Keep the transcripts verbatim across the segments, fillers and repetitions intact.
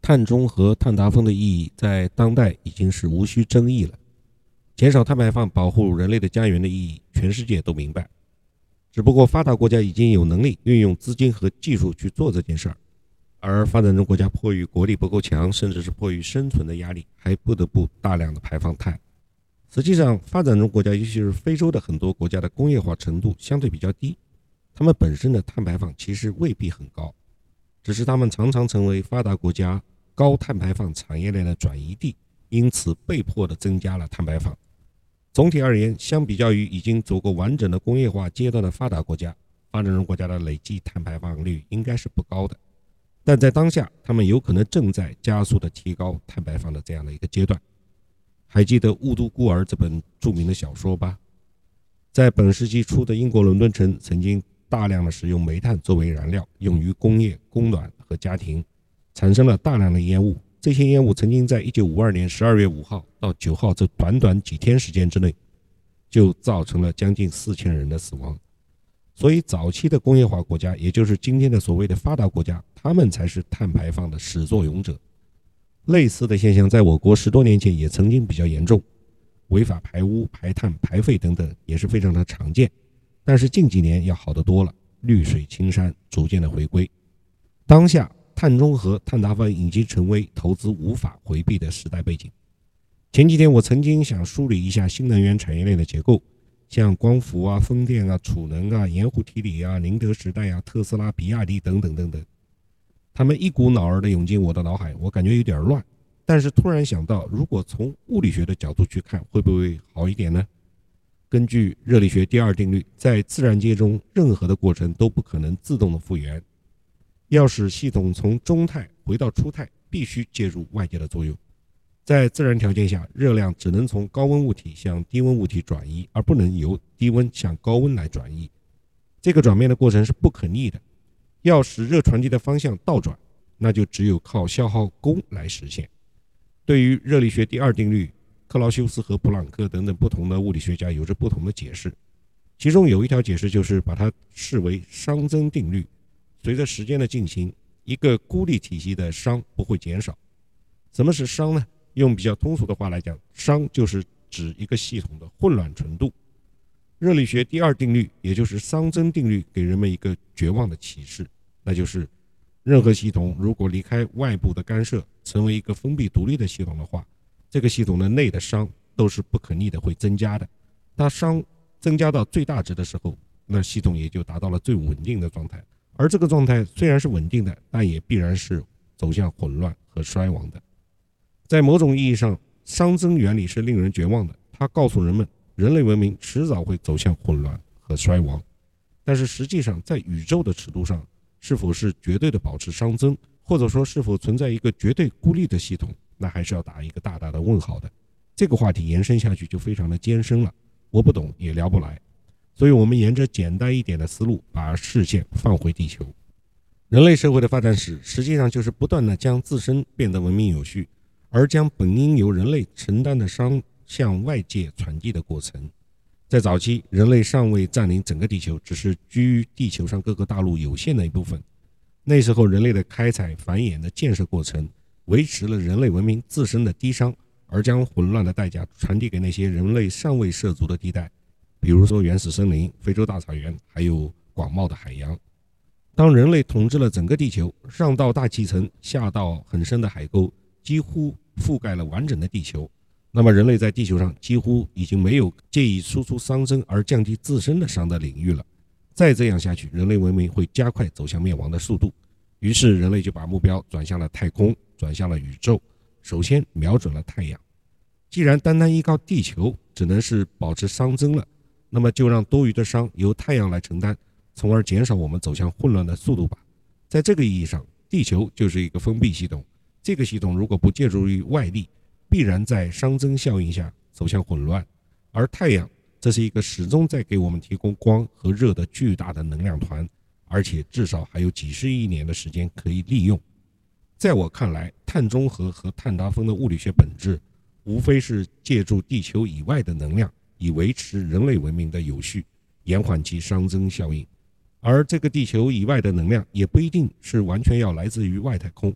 碳中和、碳达峰的意义在当代已经是无需争议了。减少碳排放、保护人类的家园的意义，全世界都明白。只不过发达国家已经有能力运用资金和技术去做这件事儿，而发展中国家迫于国力不够强，甚至是迫于生存的压力，还不得不大量的排放碳。实际上，发展中国家，尤其是非洲的很多国家的工业化程度相对比较低，他们本身的碳排放其实未必很高，只是他们常常成为发达国家高碳排放产业链的转移地，因此被迫的增加了碳排放。总体而言，相比较于已经走过完整的工业化阶段的发达国家，发展中国家的累计碳排放率应该是不高的，但在当下，他们有可能正在加速的提高碳排放的这样的一个阶段。还记得《雾都孤儿》这本著名的小说吧？在本世纪初的英国伦敦城曾经大量的使用煤炭作为燃料，用于工业、供暖和家庭，产生了大量的烟雾。这些烟雾曾经在一九五二年十二月五号到九号这短短几天时间之内，就造成了将近四千人的死亡。所以早期的工业化国家，也就是今天的所谓的发达国家，他们才是碳排放的始作俑者。类似的现象在我国十多年前也曾经比较严重，违法排污、排碳、排废等等也是非常的常见。但是近几年要好得多了，绿水青山逐渐的回归。当下碳中和、碳达峰已经成为投资无法回避的时代背景。前几天我曾经想梳理一下新能源产业链的结构，像光伏啊、风电啊、储能啊、盐湖提锂啊、宁德时代啊、特斯拉、比亚迪等等等等，他们一股脑儿的涌进我的脑海，我感觉有点乱。但是突然想到，如果从物理学的角度去看，会不会好一点呢？根据热力学第二定律，在自然界中，任何的过程都不可能自动的复原。要使系统从中态回到初态，必须借助外界的作用。在自然条件下，热量只能从高温物体向低温物体转移，而不能由低温向高温来转移。这个转变的过程是不可逆的。要使热传递的方向倒转，那就只有靠消耗功来实现。对于热力学第二定律，克劳修斯和普朗克等等不同的物理学家有着不同的解释。其中有一条解释就是把它视为熵增定律。随着时间的进行，一个孤立体系的熵不会减少。什么是熵呢？用比较通俗的话来讲，熵就是指一个系统的混乱程度。热力学第二定律，也就是熵增定律，给人们一个绝望的启示，那就是任何系统如果离开外部的干涉，成为一个封闭独立的系统的话，这个系统的内的熵都是不可逆的会增加的。当熵增加到最大值的时候，那系统也就达到了最稳定的状态。而这个状态虽然是稳定的，但也必然是走向混乱和衰亡的。在某种意义上，熵增原理是令人绝望的，它告诉人们人类文明迟早会走向混乱和衰亡。但是实际上，在宇宙的尺度上，是否是绝对的保持熵增，或者说是否存在一个绝对孤立的系统，那还是要打一个大大的问号的。这个话题延伸下去就非常的艰深了，我不懂也聊不来。所以我们沿着简单一点的思路，把视线放回地球。人类社会的发展史实际上就是不断的将自身变得文明有序，而将本应由人类承担的熵向外界传递的过程。在早期，人类尚未占领整个地球，只是居于地球上各个大陆有限的一部分。那时候人类的开采、繁衍的建设过程，维持了人类文明自身的低熵，而将混乱的代价传递给那些人类尚未涉足的地带，比如说原始森林、非洲大草原，还有广袤的海洋。当人类统治了整个地球，上到大气层，下到很深的海沟，几乎覆盖了完整的地球，那么人类在地球上几乎已经没有借以输出熵增而降低自身的熵的领域了。再这样下去，人类文明会加快走向灭亡的速度。于是人类就把目标转向了太空，转向了宇宙，首先瞄准了太阳。既然单单依靠地球只能是保持熵增了，那么就让多余的熵由太阳来承担，从而减少我们走向混乱的速度吧。在这个意义上，地球就是一个封闭系统，这个系统如果不借助于外力，必然在熵增效应下走向混乱。而太阳，这是一个始终在给我们提供光和热的巨大的能量团，而且至少还有几十亿年的时间可以利用。在我看来，碳中和和碳达峰的物理学本质，无非是借助地球以外的能量，以维持人类文明的有序，延缓其熵增效应。而这个地球以外的能量也不一定是完全要来自于外太空，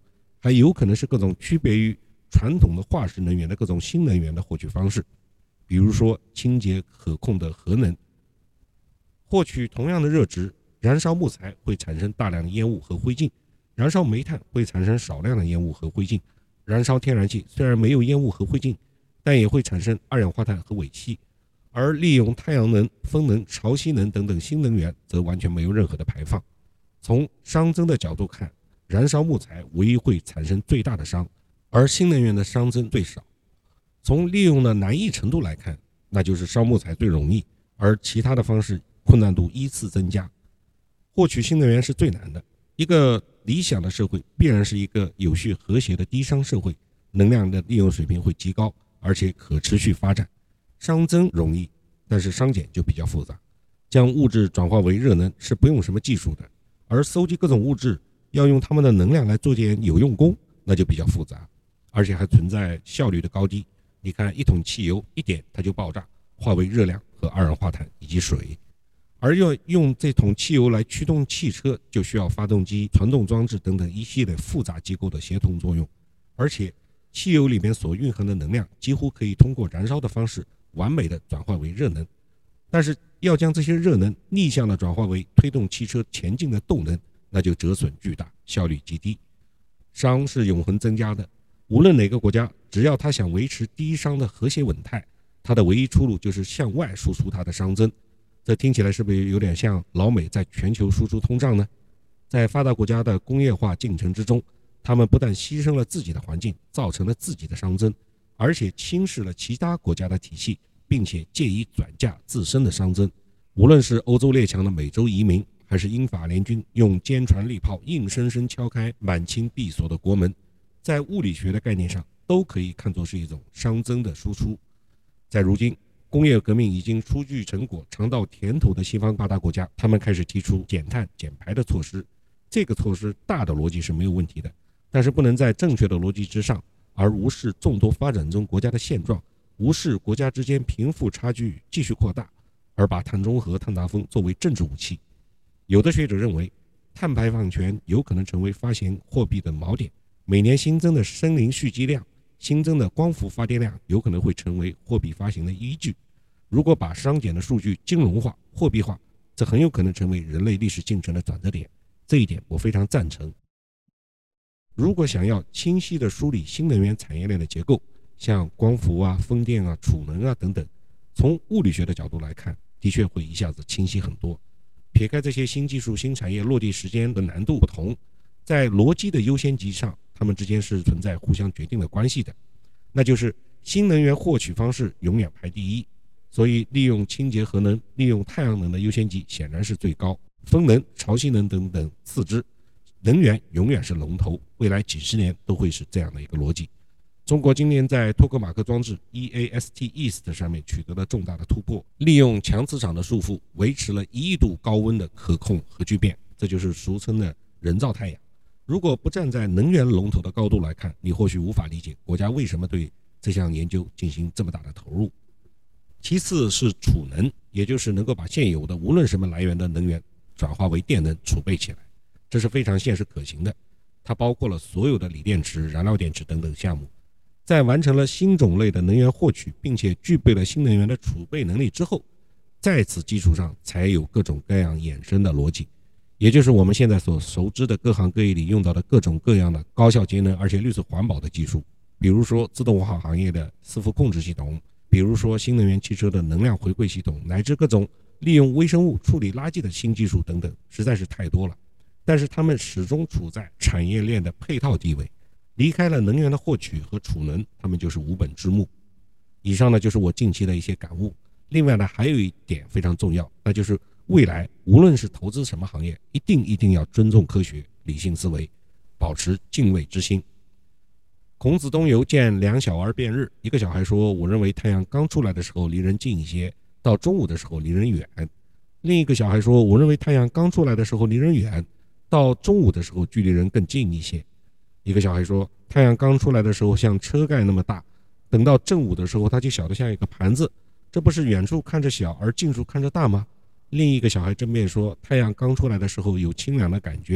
还有可能是各种区别于传统的化石能源的各种新能源的获取方式，比如说清洁可控的核能。获取同样的热值，燃烧木材会产生大量的烟雾和灰烬，燃烧煤炭会产生少量的烟雾和灰烬，燃烧天然气虽然没有烟雾和灰烬，但也会产生二氧化碳和尾气。而利用太阳能、风能、潮汐能等等新能源则完全没有任何的排放。从熵增的角度看，燃烧木材唯一会产生最大的熵，而新能源的熵增最少。从利用的难易程度来看，那就是烧木材最容易，而其他的方式困难度依次增加。获取新能源是最难的。一个理想的社会必然是一个有序和谐的低熵社会，能量的利用水平会极高，而且可持续发展。熵增容易，但是熵减就比较复杂。将物质转化为热能是不用什么技术的，而搜集各种物质要用它们的能量来做点有用功，那就比较复杂，而且还存在效率的高低。你看，一桶汽油一点它就爆炸，化为热量和二氧化碳以及水。而要用这桶汽油来驱动汽车，就需要发动机、传动装置等等一系列复杂机构的协同作用，而且汽油里面所蕴含的能量几乎可以通过燃烧的方式完美的转化为热能。但是要将这些热能逆向的转化为推动汽车前进的动能，那就折损巨大，效率极低。熵是永恒增加的，无论哪个国家，只要他想维持低熵的和谐稳态，他的唯一出路就是向外输出它的熵增。这听起来是不是有点像老美在全球输出通胀呢？在发达国家的工业化进程之中，他们不但牺牲了自己的环境，造成了自己的熵增，而且轻视了其他国家的体系，并且借以转嫁自身的熵增。无论是欧洲列强的美洲移民，还是英法联军用坚船利炮硬生生敲开满清闭锁的国门，在物理学的概念上都可以看作是一种熵增的输出。在如今工业革命已经初具成果、尝到甜头的西方发达国家，他们开始提出减碳减排的措施。这个措施大的逻辑是没有问题的，但是不能在正确的逻辑之上而无视众多发展中国家的现状，无视国家之间贫富差距继续扩大，而把碳中和、碳达峰作为政治武器。有的学者认为，碳排放权有可能成为发行货币的锚点，每年新增的森林蓄积量、新增的光伏发电量有可能会成为货币发行的依据。如果把熵减的数据金融化、货币化，这很有可能成为人类历史进程的转折点。这一点我非常赞成。如果想要清晰地梳理新能源产业链的结构，像光伏啊、风电啊、储能啊等等，从物理学的角度来看，的确会一下子清晰很多。撇开这些新技术、新产业落地时间的难度不同，在逻辑的优先级上，它们之间是存在互相决定的关系的。那就是新能源获取方式永远排第一，所以利用清洁核能、利用太阳能的优先级显然是最高，风能、潮汐能等等次之，能源永远是龙头，未来几十年都会是这样的一个逻辑。中国今年在托克马克装置 E A S T East 上面取得了重大的突破，利用强磁场的束缚，维持了一亿度高温的可控核聚变，这就是俗称的人造太阳。如果不站在能源龙头的高度来看，你或许无法理解国家为什么对这项研究进行这么大的投入。其次是储能，也就是能够把现有的无论什么来源的能源转化为电能储备起来，这是非常现实可行的。它包括了所有的锂电池、燃料电池等等项目。在完成了新种类的能源获取，并且具备了新能源的储备能力之后，在此基础上才有各种各样衍生的逻辑，也就是我们现在所熟知的各行各业里用到的各种各样的高效节能而且绿色环保的技术，比如说自动化行业的伺服控制系统，比如说新能源汽车的能量回馈系统，乃至各种利用微生物处理垃圾的新技术等等，实在是太多了。但是它们始终处在产业链的配套地位，离开了能源的获取和储能，它们就是无本之木。以上呢就是我近期的一些感悟。另外呢，还有一点非常重要，那就是未来无论是投资什么行业，一定一定要尊重科学、理性思维，保持敬畏之心。孔子东游见两小儿辩日，一个小孩说，我认为太阳刚出来的时候离人近一些，到中午的时候离人远。另一个小孩说，我认为太阳刚出来的时候离人远，到中午的时候距离人更近一些。一个小孩说，太阳刚出来的时候像车盖那么大，等到正午的时候它就小得像一个盘子，这不是远处看着小而近处看着大吗？另一个小孩争辩说，太阳刚出来的时候有清凉的感觉，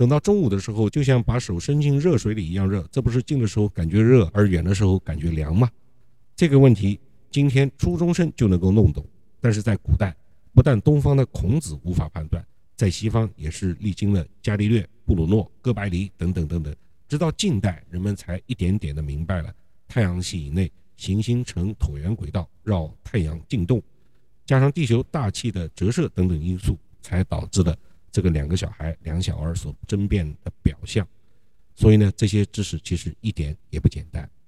等到中午的时候，就像把手伸进热水里一样热，这不是近的时候感觉热，而远的时候感觉凉吗？这个问题今天初中生就能够弄懂，但是在古代，不但东方的孔子无法判断，在西方也是历经了伽利略、布鲁诺、哥白尼等等等等，直到近代人们才一点点的明白了太阳系以内行星呈椭圆轨道绕太阳进动，加上地球大气的折射等等因素，才导致了这个两个小孩两小儿所争辩的表象。所以呢，这些知识其实一点也不简单。